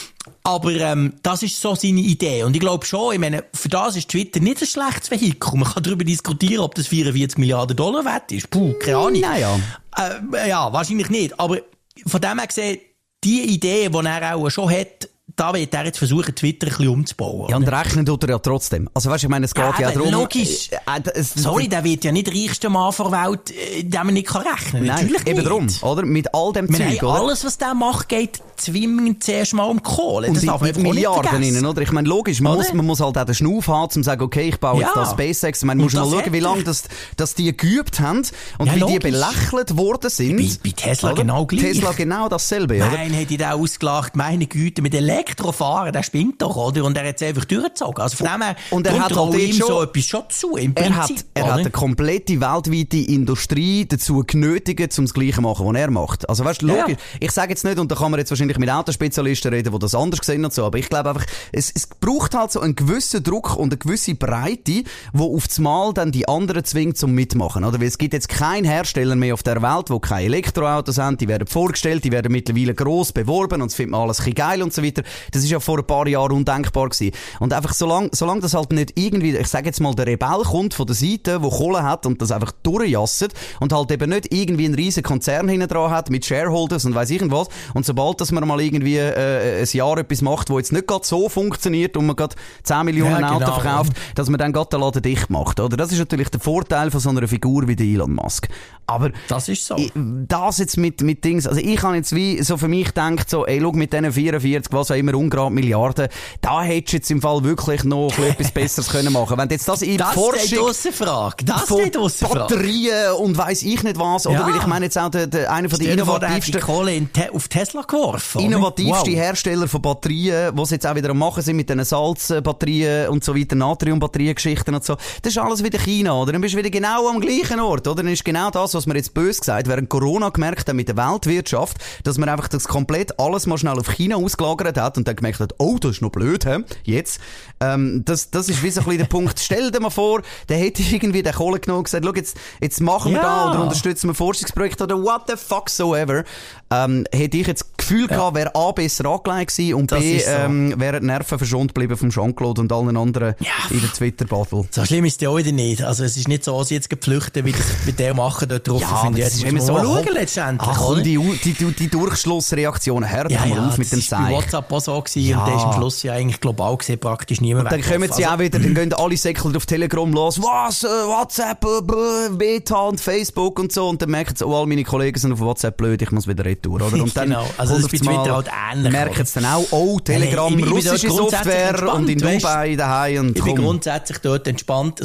Aber das ist so seine Idee. Und ich glaube schon, ich meine, für das ist Twitter nicht ein schlechtes Vehikel. Man kann darüber diskutieren, ob das 44 Milliarden Dollar wert ist. Keine Ahnung. Naja. Ja, wahrscheinlich nicht. Aber von dem her gesehen, die Idee, die er auch schon hat, da wird er jetzt versuchen, Twitter ein bisschen umzubauen. Ja, und rechnen tut er ja trotzdem. Also weißt du, ich meine, es geht ja darum... Logisch. Sorry, der wird ja nicht der reichste Mann der Welt, den man nicht rechnen kann. Nein, natürlich eben nicht. Drum, oder? Mit all dem Zeug, oder? Alles, was der macht, geht zwingend zuerst mal um Kohle. Und das darf man mit Milliarden rein, oder? Ich meine, logisch, man muss halt auch den Schnuff haben, um zu sagen, okay, ich baue jetzt das SpaceX. Ich meine, man muss mal schauen, wie lange das die geübt haben und wie die belächelt worden sind. Bei Tesla genau gleich. Tesla genau dasselbe, oder? Nein, hätte ich den ausgelacht, meine Güte, mit Elektrofahren, der spinnt doch, oder? Und er hat es einfach durchgezogen. Also von dem her, und er hat halt ihm so etwas schon zu, im Prinzip. Er hat eine komplette weltweite Industrie dazu genötigt, um das Gleiche zu machen, was er macht. Also weißt du, logisch. Ja. Ich sage jetzt nicht, und da kann man jetzt wahrscheinlich mit Autospezialisten reden, die das anders sehen und so, aber ich glaube einfach, es braucht halt so einen gewissen Druck und eine gewisse Breite, wo auf das Mal dann die anderen zwingt zum Mitmachen, oder? Weil es gibt jetzt keinen Hersteller mehr auf der Welt, wo keine Elektroautos haben, die werden vorgestellt, die werden mittlerweile gross beworben und es findet man alles ein bisschen geil und so weiter. Das ist ja vor ein paar Jahren undenkbar gewesen. Und einfach solange das halt nicht irgendwie, ich sage jetzt mal, der Rebell kommt von der Seite, wo Kohle hat und das einfach durchjasset und halt eben nicht irgendwie einen riesen Konzern hinten dran hat mit Shareholders und weiss ich was. Und sobald, dass man mal irgendwie ein Jahr etwas macht, wo jetzt nicht gerade so funktioniert und man gerade 10 Millionen Autos verkauft, dass man dann gerade den Laden dicht macht, oder? Das ist natürlich der Vorteil von so einer Figur wie der Elon Musk. Aber das ist so. Das jetzt mit Dings, also ich habe jetzt wie so für mich gedacht, so, ey, schau, mit diesen 44, was auch immer, ungerade Milliarden, da hättest du jetzt im Fall wirklich noch etwas Besseres können machen. Wenn jetzt das in Forschung steht ausser Frage. Das steht ausser Frage. Batterien und weiss ich nicht was, oder? Weil ich meine jetzt auch einer von den innovativsten... Die Kohle auf Tesla geworfen. Innovativste Hersteller von Batterien, die sie jetzt auch wieder am machen sind mit diesen Salzbatterien und so weiter, Natriumbatterien-Geschichten und so. Das ist alles wieder China, oder? Dann bist du wieder genau am gleichen Ort, oder? Dann ist genau das, was man jetzt böse gesagt während Corona gemerkt haben mit der Weltwirtschaft, dass man einfach das komplett alles mal schnell auf China ausgelagert hat hat und dann gemerkt hat, oh, das ist noch blöd, jetzt. Das ist wie so ein bisschen der Punkt. Stell dir mal vor, der hätte irgendwie den Kohle genommen und gesagt, schau, jetzt machen wir da oder unterstützen wir Forschungsprojekte oder what the fuck so ever. Hätte ich jetzt das Gefühl gehabt, wäre A, besser angelegt gewesen und das B, wären die Nerven verschont geblieben vom Jean-Claude und allen anderen in der Twitter-Bubble. So schlimm ist der auch wieder nicht. Also es ist nicht so, dass sie jetzt geflüchtet, wie das mit dem machen dort drauf. Ja, das ist immer so. Schauen letztendlich. Ach, und die Durchschlussreaktionen, hört mal auf mit dem Seich. Das war bei WhatsApp auch so gewesen, und der ist am Schluss ja eigentlich global gesehen praktisch niemand weg. Dann kommen sie auch wieder, dann gehen alle Säckel auf Telegram los. Was? WhatsApp, Beta und Facebook und so. Und dann merken sie, all meine Kollegen sind auf WhatsApp blöd, ich muss wieder retour, oder? Und dann also das ist bei Twitter halt ähnlich. Merken sie dann auch, Telegram, russische Software und in Dubai daheim. Ich bin grundsätzlich dort entspannt.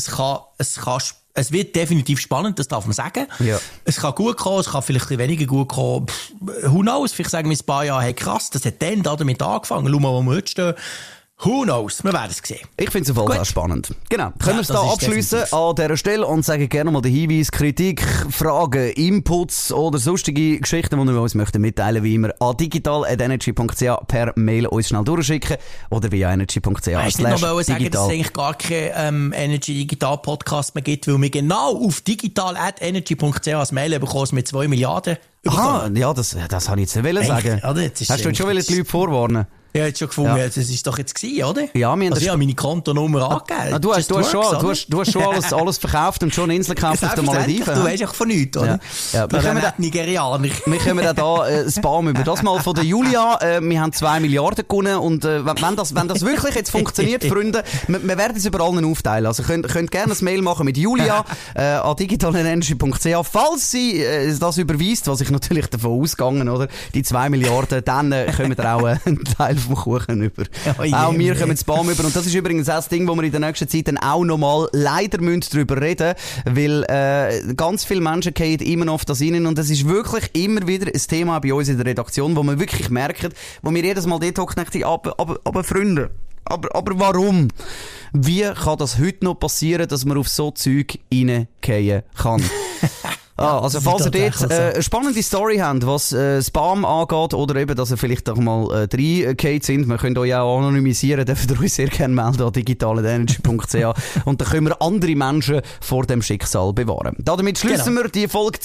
Es wird definitiv spannend, das darf man sagen. Ja. Es kann gut kommen, es kann vielleicht ein bisschen weniger gut kommen. Who knows? Vielleicht sagen wir in ein paar Jahren, hey krass, das hat dann damit angefangen. Schau mal, wo wir heute stehen. Who knows? Wir werden es sehen. Ich finde es auf jeden Fall spannend. Genau. Können wir es da abschliessen an dieser Stelle und sagen gerne mal den Hinweis, Kritik, Fragen, Inputs oder sonstige Geschichten, die wir uns möchten mitteilen, wie immer an digital@energy.ch per Mail uns schnell durchschicken oder via energy.ch. Weißt du nicht noch sagen, dass es eigentlich gar kein Energy Digital Podcast mehr gibt, weil wir genau auf digital@energy.ch als Mail bekommen mit 2 Milliarden. Aha, ja, das habe ich jetzt nicht sagen. Hast du jetzt schon die Leute vorwarnen? Ja, jetzt schon gefunden, das ist doch jetzt gewesen, oder? Ja, ich habe meine Kontonummer angegeben. Du hast schon alles verkauft und schon eine Insel gekauft auf den Malediven. Du weißt auch von nichts, oder? Ja. Wir kommen Nigerianer. Wir kommen da Spam über. Das mal von der Julia. Wir haben 2 Milliarden gewonnen und wenn das wirklich jetzt funktioniert, Freunde, wir werden es über allen aufteilen. Also könnt gerne ein Mail machen mit Julia an digitalenergy.ch. Falls sie das überweist, was ich natürlich davon ausgegangen, oder? Die 2 Milliarden, dann kommen wir auch einen Teil vom Kuchen über. Auch wir kommen Spam über. Und das ist übrigens auch das Ding, wo wir in der nächsten Zeit dann auch nochmal leider drüber reden, weil ganz viele Menschen gehen immer noch auf das rein und es ist wirklich immer wieder ein Thema bei uns in der Redaktion, wo wir wirklich merken, wo wir jedes Mal dort hocken, aber Freunde, aber warum? Wie kann das heute noch passieren, dass man auf so Zeug reingehen kann? Also falls ihr dort eine spannende Story habt, was Spam angeht oder eben, dass ihr vielleicht auch mal reingeht sind, wir können euch auch anonymisieren, dürft ihr euch sehr gerne melden an digitalenergy.ch und dann können wir andere Menschen vor dem Schicksal bewahren. Damit schließen wir die Folge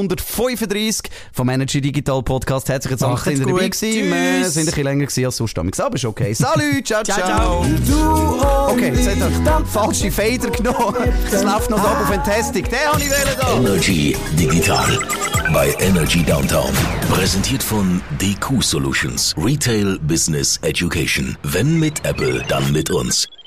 235 vom Energy Digital Podcast. Herzlichen Dank, dass ihr dabei gewesen. Wir sind ein bisschen länger gewesen als sonst. Aber ist okay. Salut, ciao. Okay, jetzt hat er falsche Fader genommen. Es läuft noch ab auf Fantastic. Den habe ich da. Energy Digital bei Energy Downtown. Präsentiert von DQ Solutions. Retail Business Education. Wenn mit Apple, dann mit uns.